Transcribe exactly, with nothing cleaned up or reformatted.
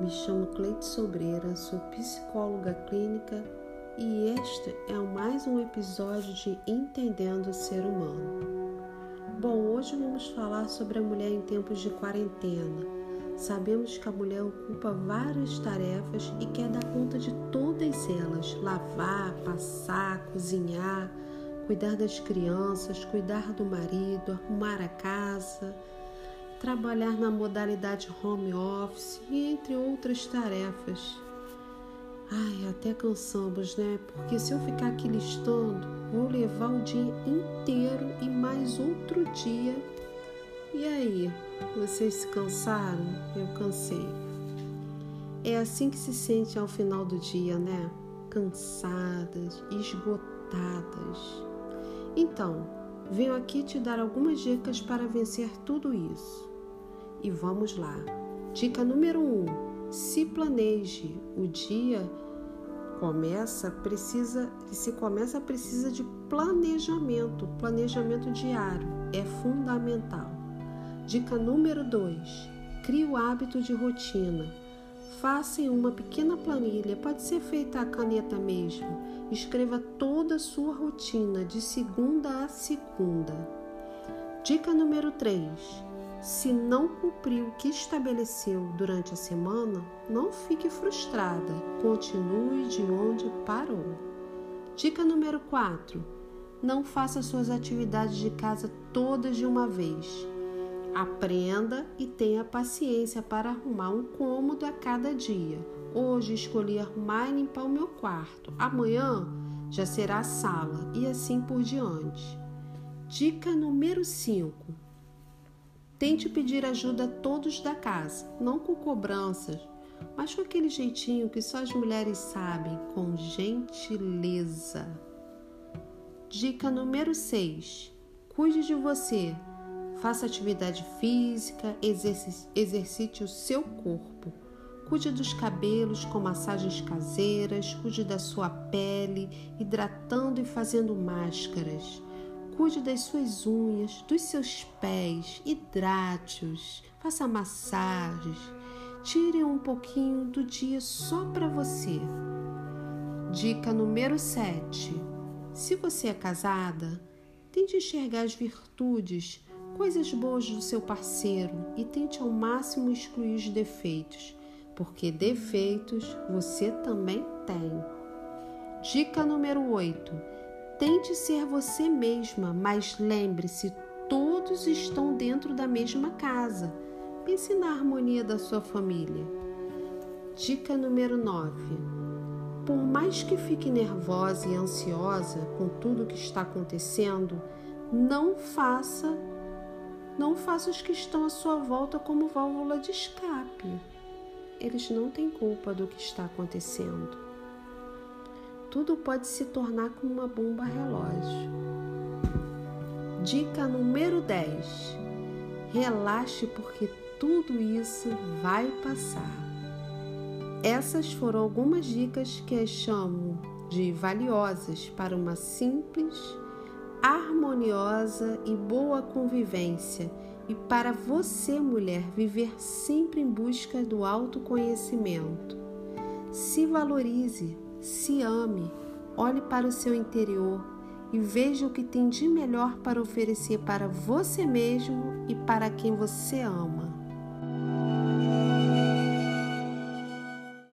Me chamo Cleide Sobreira, sou psicóloga clínica e este é mais um episódio de Entendendo o Ser Humano. Bom, hoje vamos falar sobre a mulher em tempos de quarentena. Sabemos que a mulher ocupa várias tarefas e quer dar conta de todas elas: lavar, passar, cozinhar, cuidar das crianças, cuidar do marido, arrumar a casa, trabalhar na modalidade home office e entre outras tarefas. Ai, até cansamos, né? Porque se eu ficar aqui listando, vou levar o dia inteiro e mais outro dia. E aí, vocês se cansaram? Eu cansei. É assim que se sente ao final do dia, né? Cansadas, esgotadas. Então, venho aqui te dar algumas dicas para vencer tudo isso. E vamos lá. Dica número um. Se planeje. O dia começa, precisa, se começa, precisa de planejamento. Planejamento diário é fundamental. Dica número dois. Crie o hábito de rotina. Faça em uma pequena planilha, pode ser feita à caneta mesmo. Escreva toda a sua rotina de segunda a segunda. Dica número três. Se não cumprir o que estabeleceu durante a semana, não fique frustrada. Continue de onde parou. Dica número quatro. Não faça suas atividades de casa todas de uma vez. Aprenda e tenha paciência para arrumar um cômodo a cada dia. Hoje escolhi arrumar e limpar o meu quarto. Amanhã já será a sala e assim por diante. Dica número cinco. Tente pedir ajuda a todos da casa, não com cobranças, mas com aquele jeitinho que só as mulheres sabem, com gentileza. Dica número seis. Cuide de você. Faça atividade física, exerc- exercite o seu corpo. Cuide dos cabelos com massagens caseiras, cuide da sua pele, hidratando e fazendo máscaras. Cuide das suas unhas, dos seus pés, hidrate-os, faça massagens. Tire um pouquinho do dia só para você. Dica número sete. Se você é casada, tente enxergar as virtudes, coisas boas do seu parceiro e tente ao máximo excluir os defeitos, porque defeitos você também tem. Dica número oito. Tente ser você mesma, mas lembre-se, todos estão dentro da mesma casa. Pense na harmonia da sua família. Dica número nove. Por mais que fique nervosa e ansiosa com tudo o que está acontecendo, não faça, não faça os que estão à sua volta como válvula de escape. Eles não têm culpa do que está acontecendo. Tudo pode se tornar como uma bomba relógio. Dica número dez. Relaxe porque tudo isso vai passar. Essas foram algumas dicas que eu chamo de valiosas para uma simples, harmoniosa e boa convivência e para você, mulher, viver sempre em busca do autoconhecimento. Se valorize. Se ame, olhe para o seu interior e veja o que tem de melhor para oferecer para você mesmo e para quem você ama.